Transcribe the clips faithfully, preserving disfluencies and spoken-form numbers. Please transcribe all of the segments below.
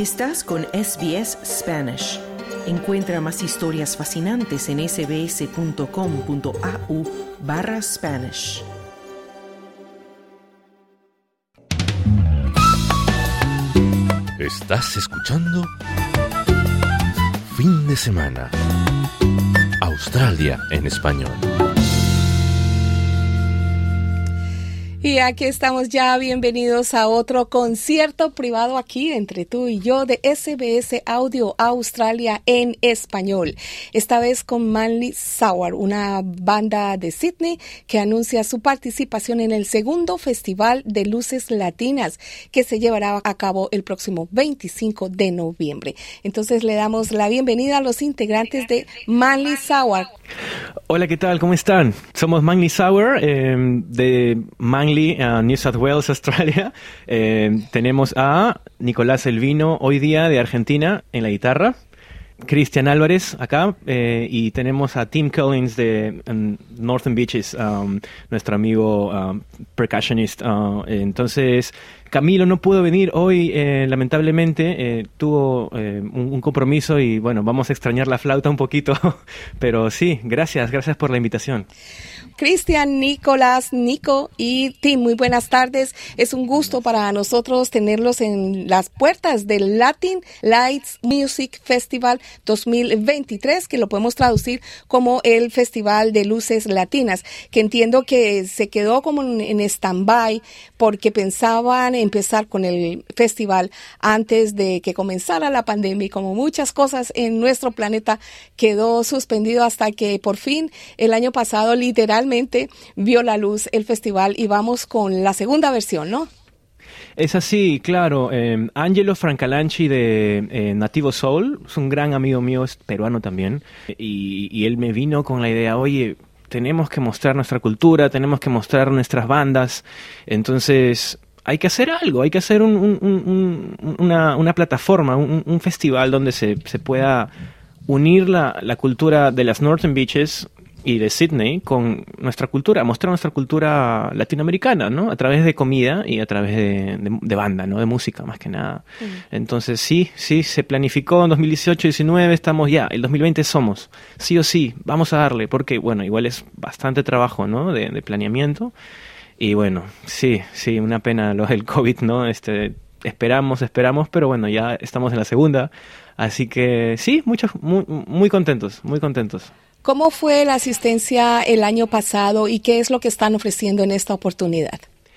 Estás con S B S Spanish. Encuentra más historias fascinantes en sbs.com.au barra Spanish. Estás escuchando Fin de Semana. Australia en español. Y aquí estamos ya, bienvenidos a otro concierto privado aquí entre tú y yo de S B S Audio Australia en español. Esta vez con Manly Sour, una banda de Sydney que anuncia su participación en el segundo Festival de Luces Latinas que se llevará a cabo el próximo veinticinco de noviembre. Entonces le damos la bienvenida a los integrantes de Manly Sour. Hola, ¿qué tal? ¿Cómo están? Somos Manly Sour eh, de Manly, uh, New South Wales, Australia. Eh, tenemos a Nicolás Elvino hoy día de Argentina en la guitarra, Cristian Álvarez acá eh, y tenemos a Tim Collins de um, Northern Beaches, um, nuestro amigo um, percussionist. Uh, entonces, Camilo no pudo venir hoy, eh, lamentablemente, eh, tuvo eh, un, un compromiso y bueno, vamos a extrañar la flauta un poquito, pero sí, gracias, gracias por la invitación. Cristian, Nicolás, Nico y Tim, muy buenas tardes. Es un gusto para nosotros tenerlos en las puertas del Latin Lights Music Festival dos mil veintitrés, que lo podemos traducir como el Festival de Luces Latinas, que entiendo que se quedó como en, en stand-by porque pensaban empezar con el festival antes de que comenzara la pandemia y como muchas cosas en nuestro planeta quedó suspendido hasta que por fin el año pasado literalmente vio la luz el festival y vamos con la segunda versión, ¿no? Es así, claro. Eh, Angelo Francalanchi de eh, Nativo Soul es un gran amigo mío, es peruano también, y, y él me vino con la idea, oye, tenemos que mostrar nuestra cultura, tenemos que mostrar nuestras bandas, entonces hay que hacer algo, hay que hacer un, un, un, una, una plataforma, un, un festival donde se, se pueda unir la, la cultura de las Northern Beaches y de Sydney con nuestra cultura, mostrar nuestra cultura latinoamericana, ¿no? A través de comida y a través de, de, de banda, ¿no? De música, más que nada. Mm. Entonces, sí, sí, se planificó en dos mil dieciocho diecinueve, estamos ya, el dos mil veinte somos, sí o sí, vamos a darle, porque, bueno, igual es bastante trabajo, ¿no? De, de planeamiento, y bueno, sí, sí, una pena lo del COVID, ¿no? Este, esperamos, esperamos, pero bueno, ya estamos en la segunda, así que sí, muchos, muy, muy contentos, muy contentos. ¿Cómo fue la asistencia el año pasado y qué es lo que están ofreciendo en esta oportunidad?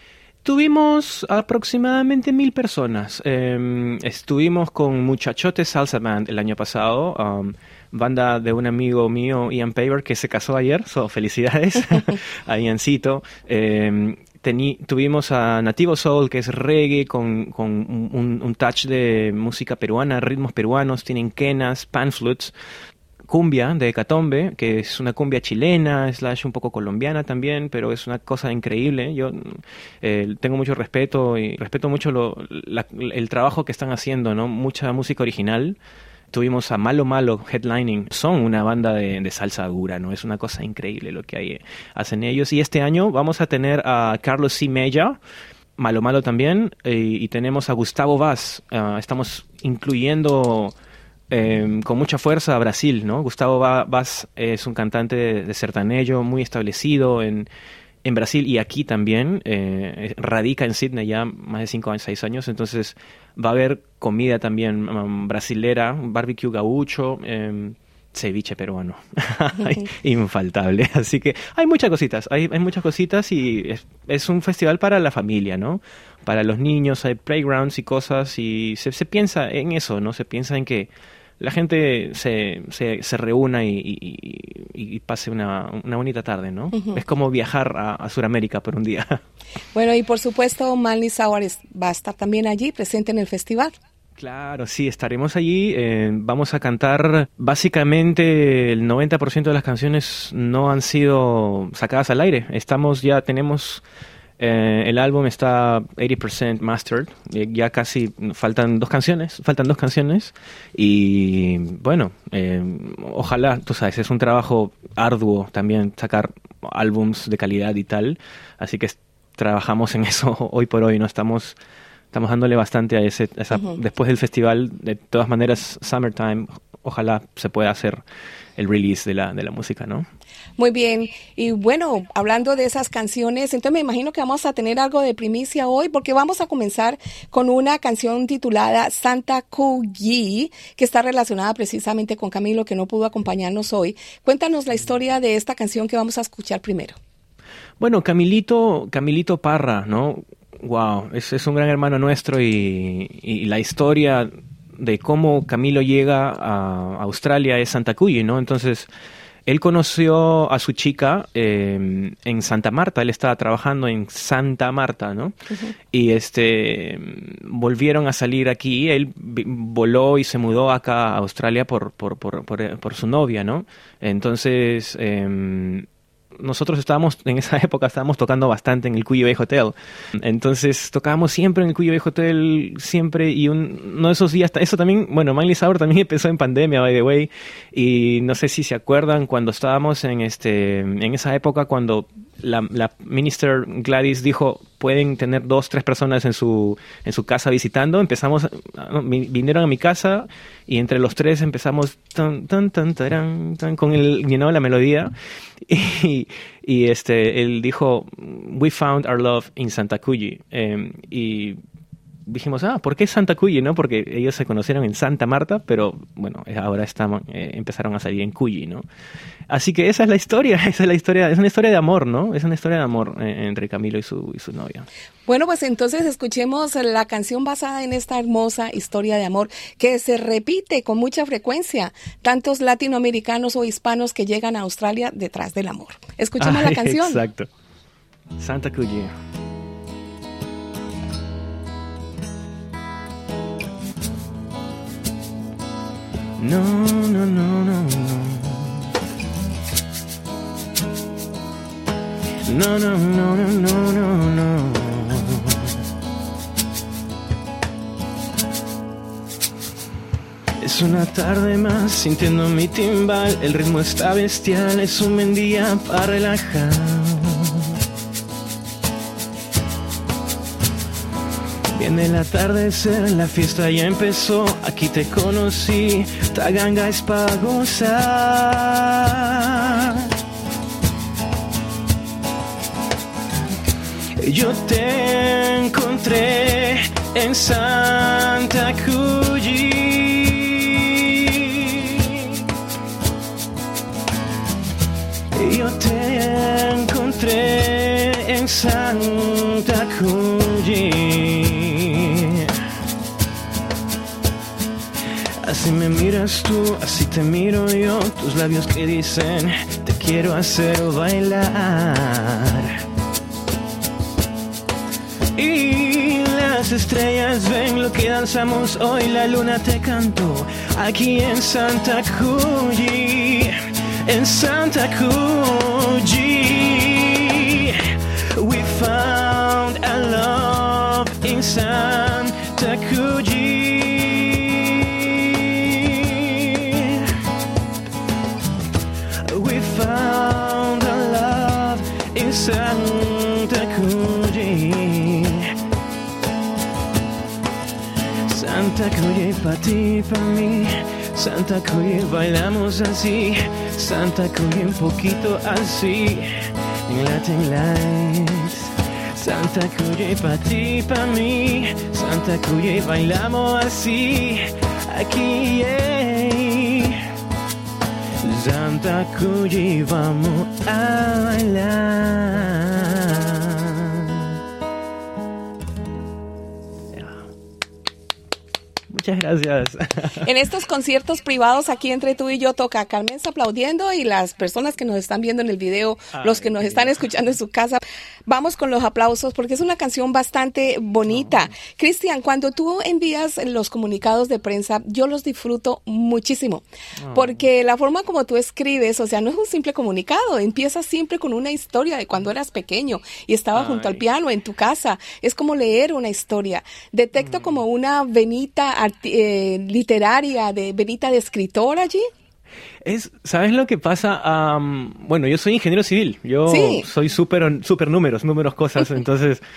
Tuvimos aproximadamente mil personas. Eh, estuvimos con Muchachotes Salsa Band el año pasado, um, banda de un amigo mío, Ian Paver, que se casó ayer, so felicidades a Iancito. Eh, tení, tuvimos a Nativo Soul, que es reggae con, con un, un touch de música peruana, ritmos peruanos, tienen quenas, pan flutes. Cumbia de Hecatombe, que es una cumbia chilena, slash un poco colombiana también, pero es una cosa increíble. Yo eh, tengo mucho respeto y respeto mucho lo, la, el trabajo que están haciendo, ¿no? Mucha música original. Tuvimos a Malo Malo headlining. Son una banda de, de salsa dura, ¿no? Es una cosa increíble lo que hay, hacen ellos. Y este año vamos a tener a Carlos C. Mella, Malo Malo también, y, y tenemos a Gustavo Vaz. Uh, estamos incluyendo Eh, con mucha fuerza a Brasil, ¿no? Gustavo Vaz es un cantante de, de sertanejo muy establecido en, en Brasil y aquí también, eh, radica en Sydney ya más de cinco, seis años, entonces va a haber comida también um, brasilera, barbecue gaucho, eh, ceviche peruano, infaltable, así que hay muchas cositas, hay, hay muchas cositas y es, es un festival para la familia, ¿no? Para los niños, hay playgrounds y cosas y se, se piensa en eso, ¿no? Se piensa en que la gente se, se, se reúna y, y, y pase una, una bonita tarde, ¿no? Uh-huh. Es como viajar a, a Sudamérica por un día. Bueno, y por supuesto, Manly Sour va a estar también allí, presente en el festival. Claro, sí, estaremos allí. Eh, vamos a cantar, básicamente el noventa por ciento de las canciones no han sido sacadas al aire. Estamos ya, tenemos... Eh, el álbum está ochenta por ciento mastered, eh, ya casi faltan dos canciones, faltan dos canciones y bueno, eh, ojalá, tú sabes, es un trabajo arduo también sacar álbums de calidad y tal, así que trabajamos en eso hoy por hoy, no estamos estamos dándole bastante a ese, a esa, uh-huh. después del festival. De todas maneras, Summertime, ojalá se pueda hacer el release de la, de la música, ¿no? Muy bien. Y bueno, hablando de esas canciones, entonces me imagino que vamos a tener algo de primicia hoy, porque vamos a comenzar con una canción titulada Santa Coulee, que está relacionada precisamente con Camilo, que no pudo acompañarnos hoy. Cuéntanos la historia de esta canción que vamos a escuchar primero. Bueno, Camilito, Camilito Parra, ¿no? Wow, es, es un gran hermano nuestro y, y la historia de cómo Camilo llega a Australia es Santa Coulee, ¿no? Entonces, él conoció a su chica eh, en Santa Marta. Él estaba trabajando en Santa Marta, ¿no? Uh-huh. Y este volvieron a salir aquí. Él v- voló y se mudó acá a Australia por, por, por, por, por su novia, ¿no? Entonces, eh, nosotros estábamos, en esa época estábamos tocando bastante en el Coulee Bay Hotel. Entonces tocábamos siempre en el Coulee Bay Hotel, siempre, y un, uno de esos días, eso también, bueno, Miley Sauer también empezó en pandemia, by the way, y no sé si se acuerdan cuando estábamos en este, en esa época cuando la, la minister Gladys dijo, pueden tener dos, tres personas en su, en su casa visitando. Empezamos, vinieron a mi casa y entre los tres empezamos tan, tan, tan, taran, tan, con el, you know, la melodía. Y, y este, él dijo, we found our love in Santa Coulee. Eh, y dijimos, ah, ¿por qué Santa Coulee? ¿No? Porque ellos se conocieron en Santa Marta, pero bueno, ahora estamos, eh, empezaron a salir en Coulee, ¿no? Así que esa es la historia, esa es la historia, es una historia de amor, ¿no? Es una historia de amor eh, entre Camilo y su, y su novia. Bueno, pues entonces escuchemos la canción basada en esta hermosa historia de amor que se repite con mucha frecuencia, tantos latinoamericanos o hispanos que llegan a Australia detrás del amor. Escuchemos Ay, la canción. Exacto. Santa Coulee. No, no, no, no, no. No, no, no, no, no, no, no. Es una tarde más sintiendo mi timbal, el ritmo está bestial, es un buen día para relajar. Viene el atardecer, la fiesta ya empezó, aquí te conocí, Taganga es para gozar. Yo te encontré en Santa Coulee. Yo te encontré en Santa Coulee. Así me miras tú, así te miro yo, tus labios que dicen te quiero hacer bailar. Y las estrellas ven lo que danzamos hoy, la luna te cantó aquí en Santa Coulee, en Santa Coulee. We found a love in Santa Coulee. We found a love in Santa Coulee. Santa Coulee pa' ti, pa' mí. Santa Coulee bailamos así. Santa Coulee un poquito así. En Latin Lights. Santa Coulee pa' ti, pa' mí. Santa Coulee bailamos así. Aquí, yeah. Santa Coulee vamos a bailar. Muchas gracias. En estos conciertos privados aquí entre tú y yo toca Carmen aplaudiendo y las personas que nos están viendo en el video, Ay, los que nos están escuchando en su casa, vamos con los aplausos porque es una canción bastante bonita. Oh. Cristian, cuando tú envías los comunicados de prensa, yo los disfruto muchísimo oh. porque la forma como tú escribes, o sea, no es un simple comunicado, empiezas siempre con una historia de cuando eras pequeño y estaba Ay. junto al piano en tu casa, es como leer una historia. Detecto mm. como una venita artística, Eh, literaria, de venita de escritor allí. Es, ¿sabes lo que pasa? Um, bueno, yo soy ingeniero civil, yo sí. soy súper super números, números cosas, entonces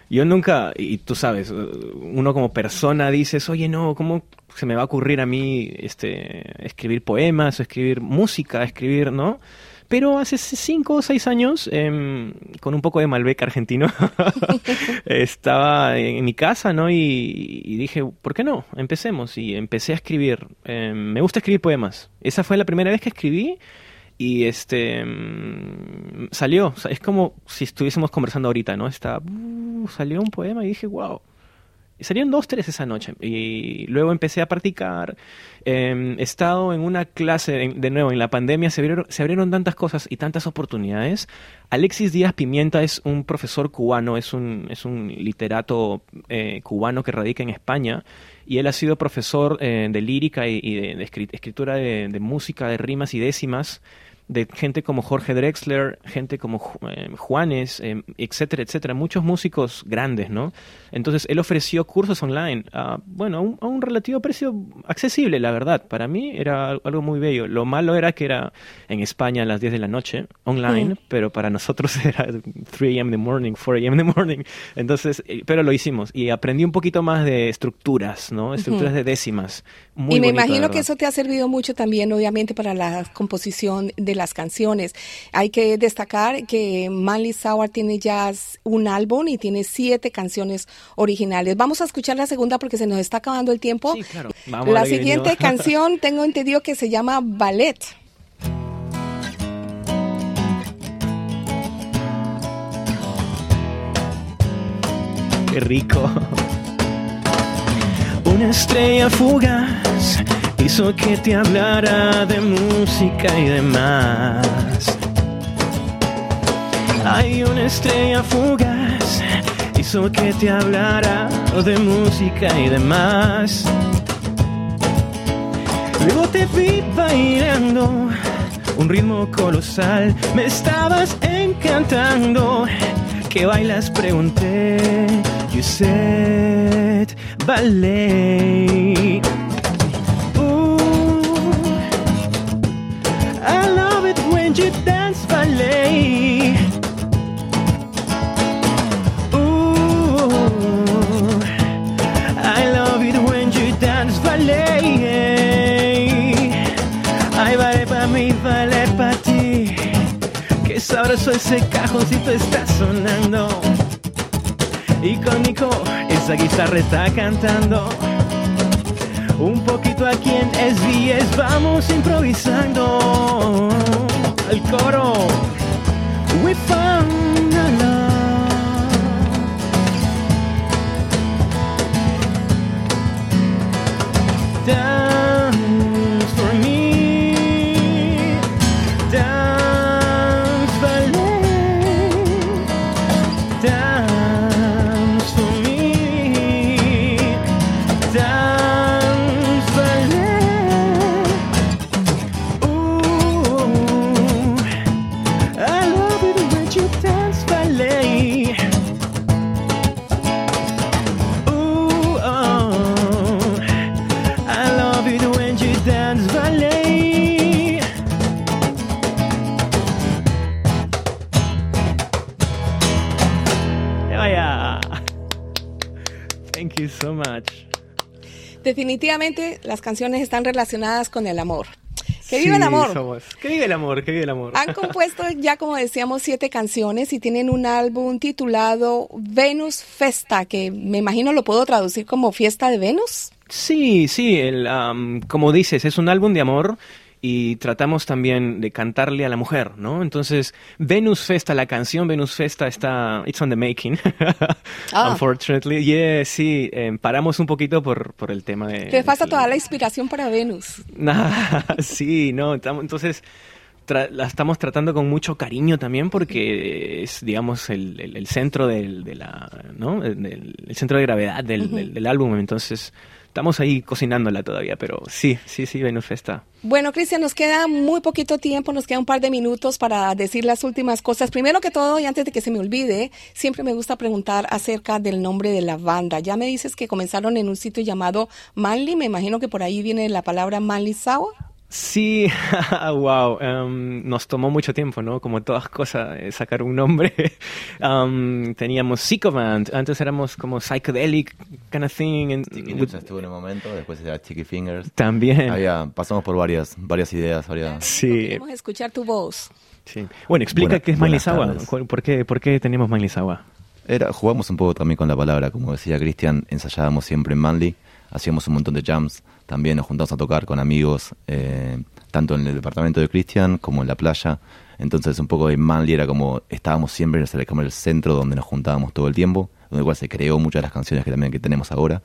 yo nunca, y tú sabes, uno como persona dices, oye, no, ¿cómo se me va a ocurrir a mí este, escribir poemas, escribir música, escribir, ¿no? Pero hace cinco o seis años, eh, con un poco de Malbec argentino, estaba en mi casa, ¿no? Y, y dije, ¿por qué no? Empecemos. Y empecé a escribir. Eh, me gusta escribir poemas. Esa fue la primera vez que escribí y este um, salió. O sea, es como si estuviésemos conversando ahorita, ¿no? Está, uh, salió un poema y dije, wow. Y salieron dos, tres esa noche. Y luego empecé a practicar. Eh, he estado en una clase, en, de nuevo, en la pandemia se abrieron, se abrieron tantas cosas y tantas oportunidades. Alexis Díaz Pimienta es un profesor cubano, es un, es un literato eh, cubano que radica en España. Y él ha sido profesor eh, de lírica y, y de, de escritura de, de música, de rimas y décimas, de gente como Jorge Drexler, gente como eh, Juanes, eh, etcétera, etcétera, muchos músicos grandes, ¿no? Entonces, él ofreció cursos online, a, bueno, a un, a un relativo precio accesible, la verdad. Para mí era algo muy bello. Lo malo era que era en España a las diez de la noche, online, mm. pero para nosotros era three a m in the morning, four a m in the morning. Entonces, eh, pero lo hicimos y aprendí un poquito más de estructuras, ¿no? Estructuras uh-huh. de décimas. Muy y me bonito, imagino que eso te ha servido mucho también, obviamente, para la composición de las canciones. Hay que destacar que Manly Sauer tiene ya un álbum y tiene siete canciones originales. Vamos a escuchar la segunda porque se nos está acabando el tiempo. Sí, claro. Vamos la a siguiente canción tengo entendido que se llama Ballet. Qué rico. Una estrella fugaz hizo que te hablara de música y demás. Hay una estrella fugaz hizo que te hablara de música y demás. Luego te vi bailando un ritmo colosal, me estabas encantando. ¿Qué bailas? Pregunté. You said ballet. I love it when you dance ballet. Ooh, I love it when you dance ballet. Ay, vale pa' mí, vale pa' ti. Qué sabroso ese cajoncito está sonando. Y con Nico, esa guitarra está cantando. Un poquito aquí en S B S vamos improvisando el coro. We found a love. Dance for me. Dance ballet. Dance for me. Dance. Thank you so much. Definitivamente las canciones están relacionadas con el amor. ¡Que sí, viva el amor! Somos. ¡Que viva el amor! ¡Que viva el amor! Han compuesto ya, como decíamos, siete canciones y tienen un álbum titulado Venus Festa, que me imagino lo puedo traducir como Fiesta de Venus. Sí, sí, el, um, como dices, es un álbum de amor y tratamos también de cantarle a la mujer, ¿no? Entonces, Venus Festa, la canción Venus Festa está, it's on the making, ah. unfortunately. Yeah, sí, eh, paramos un poquito por, por el tema de... Te falta de, toda la inspiración para Venus. Nah, sí, no, entonces... Tra- la estamos tratando con mucho cariño también porque es, digamos, el, el, el centro del, de la, ¿no? el, el centro de gravedad del, uh-huh. del, del álbum. Entonces, estamos ahí cocinándola todavía, pero sí, sí, sí, Venus Festa. Bueno, Cristian, nos queda muy poquito tiempo, nos queda un par de minutos para decir las últimas cosas. Primero que todo, y antes de que se me olvide, siempre me gusta preguntar acerca del nombre de la banda. Ya me dices que comenzaron en un sitio llamado Manly, me imagino que por ahí viene la palabra Manly Sauer. Sí, wow, um, nos tomó mucho tiempo, ¿no? Como todas cosas, eh, sacar un nombre. um, teníamos Psychoband, antes éramos como psychedelic kind of thing. And, Chiqui Nuts estuvo en un momento, después era Chiqui Fingers. También. Había, pasamos por varias, varias ideas. Varias... Sí. Queremos escuchar tu voz. Sí. Bueno, explica Buena, qué es Manly Sawa. tardes. ¿Por qué, ¿Por qué tenemos Manly Sawa? Era, jugamos un poco también con la palabra, como decía Cristian, ensayábamos siempre en Manly, hacíamos un montón de jams, también nos juntamos a tocar con amigos, eh, tanto en el departamento de Cristian como en la playa. Entonces un poco de Manly era como, estábamos siempre en el, como el centro donde nos juntábamos todo el tiempo, donde igual se creó muchas de las canciones que también que tenemos ahora.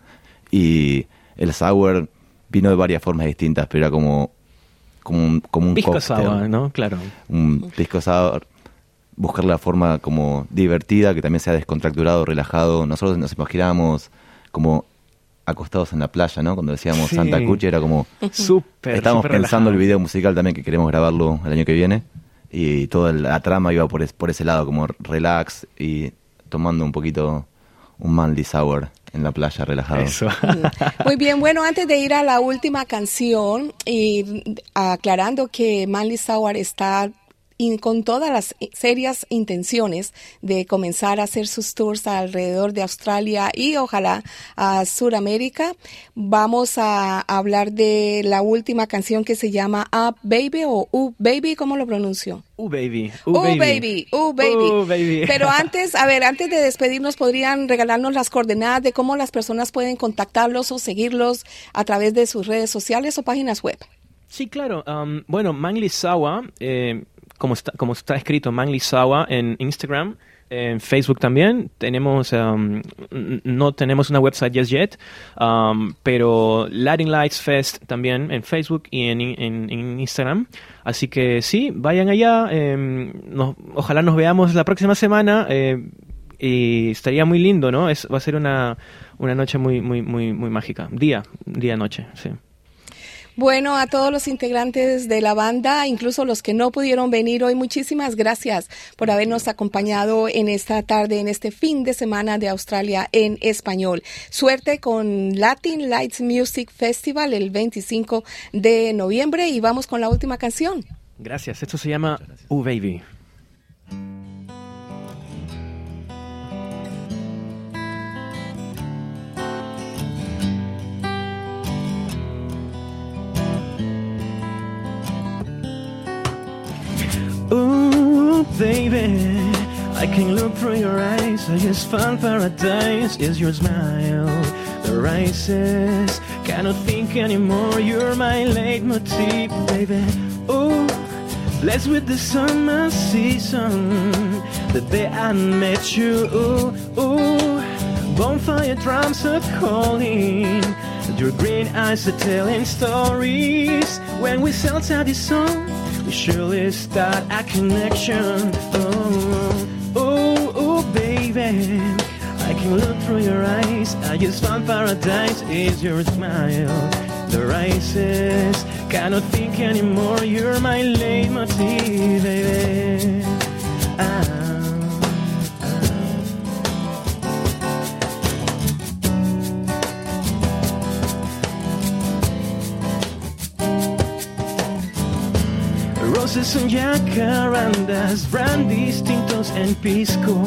Y el sour vino de varias formas distintas, pero era como, como un, como un Pisco cóctel, sour, ¿no? Claro. un pisco sour, buscar la forma como divertida, que también sea descontracturado, relajado. Nosotros nos imaginábamos como acostados en la playa, ¿no? Cuando decíamos Sí. Santa Cuchi era como... Súper, Estábamos súper pensando relajado. el video musical también que queremos grabarlo el año que viene, y toda la trama iba por, es- por ese lado, como relax y tomando un poquito un Manly Sour en la playa relajado. Eso. Muy bien, bueno, antes de ir a la última canción y aclarando que Manly Sour está in- con todas las serias intenciones de comenzar a hacer sus tours alrededor de Australia y ojalá a Sudamérica, vamos a hablar de la última canción que se llama Up Baby o Up Baby, ¿cómo lo pronuncio? Uh, baby. Uh, baby, uh, baby. Uh, baby. Pero antes, a ver, antes de despedirnos, ¿podrían regalarnos las coordenadas de cómo las personas pueden contactarlos o seguirlos a través de sus redes sociales o páginas web? Sí, claro. Um, bueno, Manly Sawa, eh, como, está, como está escrito Manly Sawa en Instagram, en Facebook también. Tenemos, um, n- no tenemos una website just yet, um, pero Latin Lights Fest también en Facebook y en, en, en Instagram. Así que sí, vayan allá. Eh, nos- ojalá nos veamos la próxima semana. Eh, y estaría muy lindo, ¿no? Es, va a ser una, una noche muy, muy, muy, muy mágica. Día, día, noche, sí. Bueno, a todos los integrantes de la banda, incluso los que no pudieron venir hoy, muchísimas gracias por habernos acompañado en esta tarde, en este fin de semana de Australia en español. Suerte con Latin Lights Music Festival el veinticinco de noviembre y vamos con la última canción. Gracias. Esto se llama Uh Baby. Ooh, baby, I can look through your eyes. I just found paradise. Is your smile the rises? Cannot think anymore. You're my leitmotif, baby. Ooh, blessed with the summer season. The day I met you. Ooh, ooh, bonfire drums are calling. Your green eyes are telling stories. When we sell out this song, we surely start a connection. Oh, oh, oh, baby, I can look through your eyes. I just found paradise. Is your smile the rises? Cannot think anymore. You're my leitmotif, baby. Ah. Roses son jacarandas, brandis, tintos and pisco.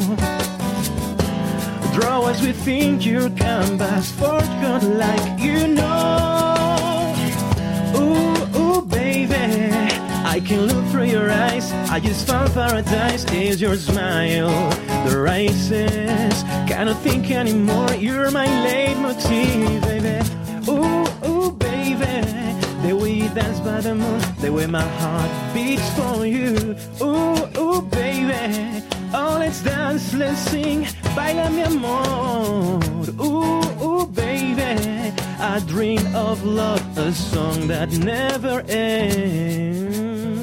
Draw us within your canvas, for God like you know. Ooh, ooh, baby, I can look through your eyes. I just found paradise. Is your smile the rises? Cannot think anymore. You're my leitmotif, baby. Ooh, ooh, baby, the way you dance by the moon, the way my heart beats for you. Ooh, ooh, baby, oh, let's dance, let's sing, baila mi amor. Ooh, ooh, baby, I dream of love, a song that never ends.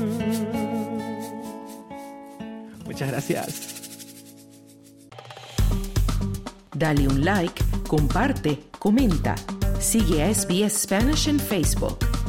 Muchas gracias. Dale un like, comparte, comenta. Sigue a S B S Spanish en Facebook.